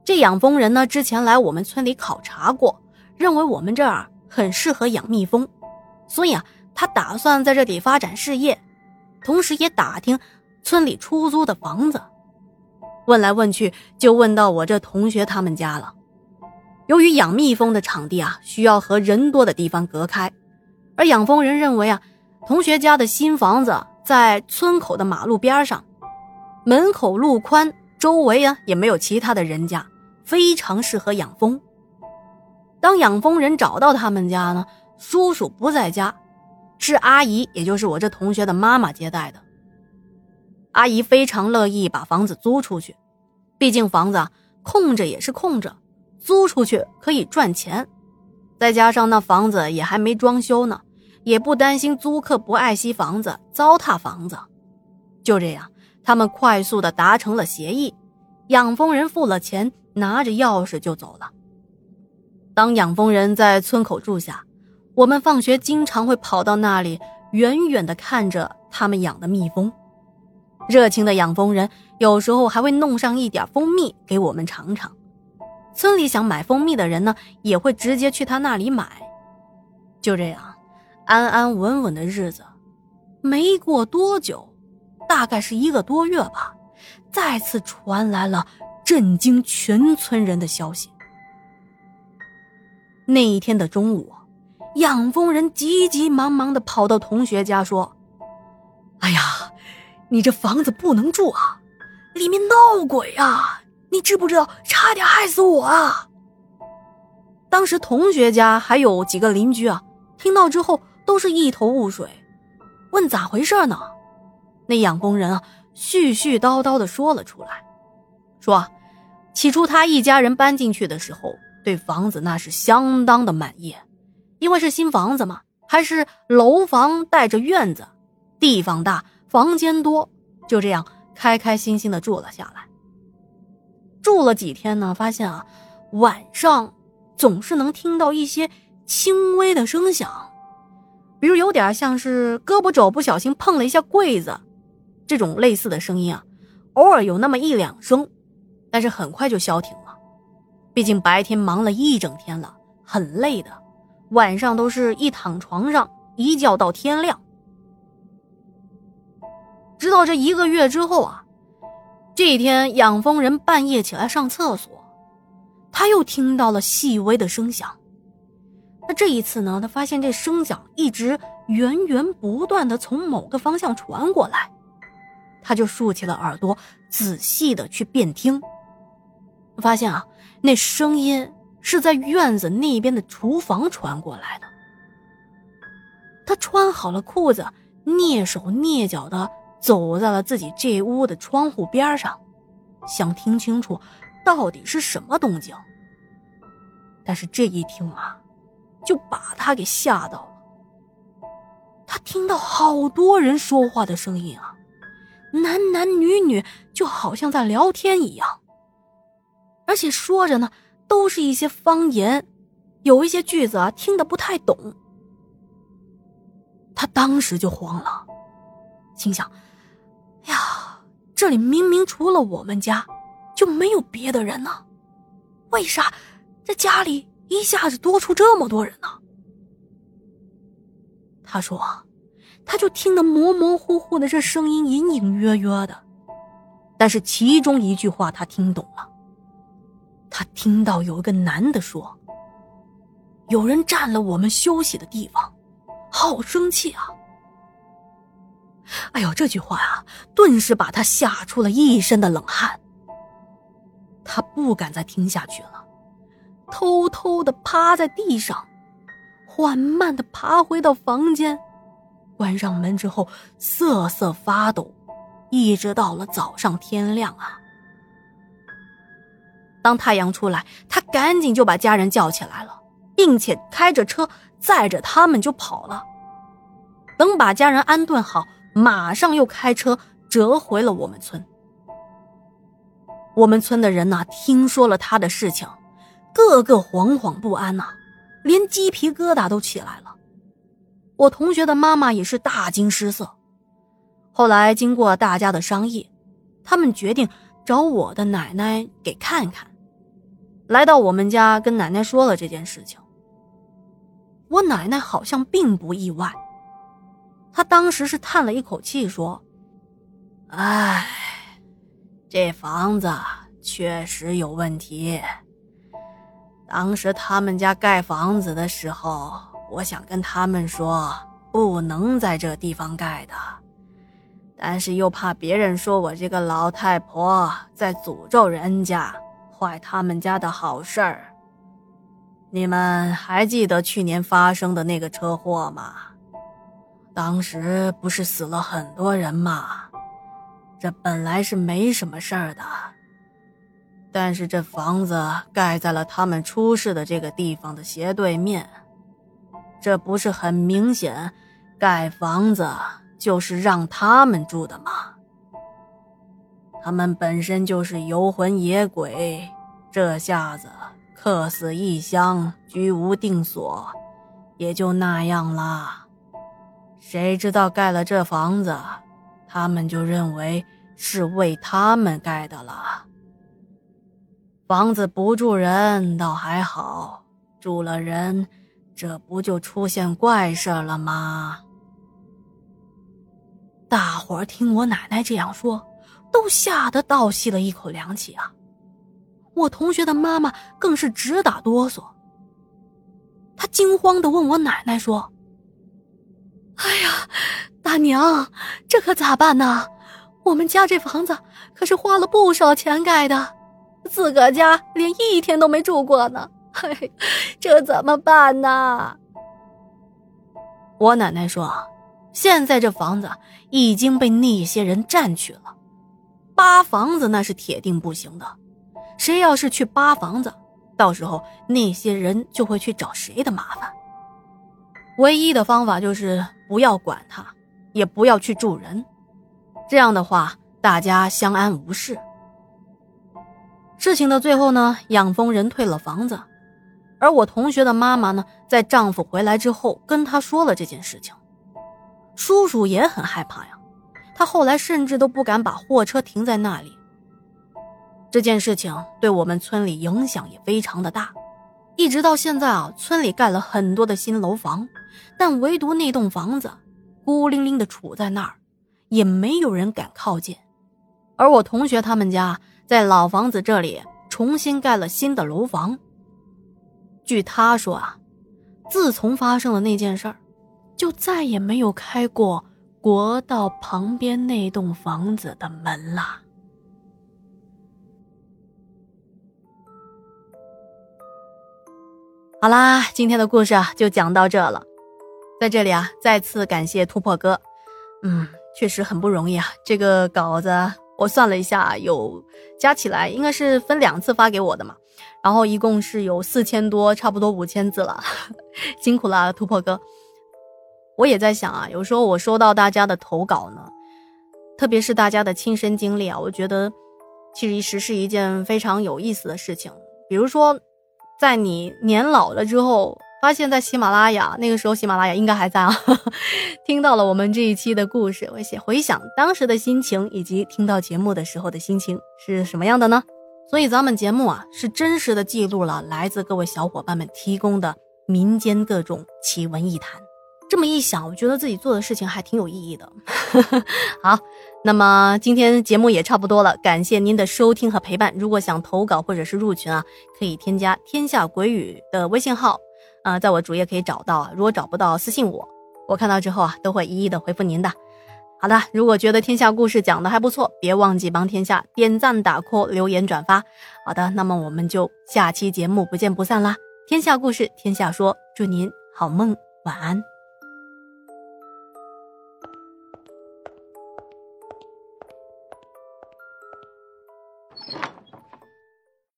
这养蜂人呢，之前来我们村里考察过，认为我们这儿很适合养蜜蜂，所以他打算在这里发展事业，同时也打听村里出租的房子。问来问去，就问到我这同学他们家了。由于养蜜蜂的场地需要和人多的地方隔开，而养蜂人认为同学家的新房子在村口的马路边上，门口路宽，周围也没有其他的人家，非常适合养蜂。当养蜂人找到他们家呢，叔叔不在家，是阿姨，也就是我这同学的妈妈接待的。阿姨非常乐意把房子租出去，毕竟房子空着也是空着，租出去可以赚钱，再加上那房子也还没装修呢，也不担心租客不爱惜房子，糟蹋房子。就这样，他们快速地达成了协议，养蜂人付了钱，拿着钥匙就走了。当养蜂人在村口住下，我们放学经常会跑到那里，远远地看着他们养的蜜蜂。热情的养蜂人有时候还会弄上一点蜂蜜给我们尝尝。村里想买蜂蜜的人呢，也会直接去他那里买。就这样，安安稳稳的日子，没过多久，大概是1个多月吧，再次传来了震惊全村人的消息。那一天的中午，养蜂人急急忙忙地跑到同学家说：哎呀，你这房子不能住里面闹鬼你知不知道，差点害死我当时同学家还有几个邻居听到之后都是一头雾水，问咋回事呢？那养蜂人絮絮叨叨地说了出来，说起初他一家人搬进去的时候，对房子那是相当的满意，因为是新房子嘛，还是楼房带着院子，地方大，房间多，就这样开开心心地住了下来。住了几天呢，发现晚上总是能听到一些轻微的声响，比如有点像是胳膊肘不小心碰了一下柜子，这种类似的声音偶尔有那么1-2声，但是很快就消停了。毕竟白天忙了一整天了，很累的，晚上都是一躺床上一觉到天亮。直到这1个月之后这一天养蜂人半夜起来上厕所，他又听到了细微的声响。那这一次呢，他发现这声响一直源源不断地从某个方向传过来，他就竖起了耳朵，仔细地去辨听，发现那声音是在院子那边的厨房传过来的。他穿好了裤子，蹑手蹑脚地走在了自己这屋的窗户边上，想听清楚到底是什么动静。但是这一听就把他给吓到了。他听到好多人说话的声音男男女女，就好像在聊天一样，而且说着呢都是一些方言，有一些句子听得不太懂。他当时就慌了，心想呀，这里明明除了我们家就没有别的人呢，为啥这家里一下子多出这么多人呢？他说他就听得模模糊糊的这声音隐隐约约的，但是其中一句话他听懂了。他听到有一个男的说，有人占了我们休息的地方，好生气哎呦，这句话顿时把他吓出了一身的冷汗。他不敢再听下去了，偷偷地趴在地上，缓慢地爬回到房间，关上门之后瑟瑟发抖，一直到了早上天亮当太阳出来，他赶紧就把家人叫起来了，并且开着车载着他们就跑了。等把家人安顿好，马上又开车折回了我们村。我们村的人听说了他的事情，个个惶惶不安连鸡皮疙瘩都起来了。我同学的妈妈也是大惊失色。后来经过大家的商议，他们决定找我的奶奶给看看， 来到我们家跟奶奶说了这件事情。我奶奶好像并不意外，她当时是叹了一口气说：唉，这房子确实有问题。当时他们家盖房子的时候，我想跟他们说不能在这地方盖的，但是又怕别人说我这个老太婆在诅咒人家，坏他们家的好事儿。你们还记得去年发生的那个车祸吗？当时不是死了很多人吗？这本来是没什么事儿的，但是这房子盖在了他们出事的这个地方的斜对面，这不是很明显盖房子就是让他们住的吗？他们本身就是游魂野鬼，这下子客死异乡，居无定所，也就那样啦。谁知道盖了这房子，他们就认为是为他们盖的了。房子不住人倒还好，住了人，这不就出现怪事了吗？大伙儿听我奶奶这样说，都吓得倒吸了一口凉气啊。我同学的妈妈更是直打哆嗦，她惊慌地问我奶奶说：哎呀，大娘，这可咋办呢？我们家这房子可是花了不少钱盖的，自个家连一天都没住过呢，嘿，这怎么办呢？我奶奶说，现在这房子已经被那些人占去了，扒房子那是铁定不行的，谁要是去扒房子，到时候那些人就会去找谁的麻烦。唯一的方法就是不要管他，也不要去住人，这样的话大家相安无事。事情的最后呢，养蜂人退了房子，而我同学的妈妈呢，在丈夫回来之后跟他说了这件事情。叔叔也很害怕呀，他后来甚至都不敢把货车停在那里。这件事情对我们村里影响也非常的大，一直到现在啊，村里盖了很多的新楼房，但唯独那栋房子孤零零地处在那儿，也没有人敢靠近。而我同学他们家在老房子这里重新盖了新的楼房。据他说啊，自从发生了那件事儿，就再也没有开过国道旁边那栋房子的门了。好啦，今天的故事啊就讲到这了。在这里啊，再次感谢突破哥。确实很不容易啊，这个稿子我算了一下，有加起来应该是分2次发给我的嘛，然后一共是有4000多，差不多5000字了，辛苦了突破哥。我也在想啊，有时候我收到大家的投稿呢，特别是大家的亲身经历啊，我觉得其实是一件非常有意思的事情。比如说在你年老了之后，发现在喜马拉雅，那个时候喜马拉雅应该还在啊，听到了我们这一期的故事，我回想当时的心情以及听到节目的时候的心情是什么样的呢？所以咱们节目啊是真实的记录了来自各位小伙伴们提供的民间各种奇闻异谈。这么一想，我觉得自己做的事情还挺有意义的。好，那么今天节目也差不多了，感谢您的收听和陪伴。如果想投稿或者是入群啊，可以添加天下鬼语的微信号，在我主页可以找到啊。如果找不到私信我，我看到之后啊都会一一的回复您的。好的，如果觉得天下故事讲的还不错，别忘记帮天下点赞打 call 留言转发。好的，那么我们就下期节目不见不散啦。天下故事天下说，祝您好梦晚安。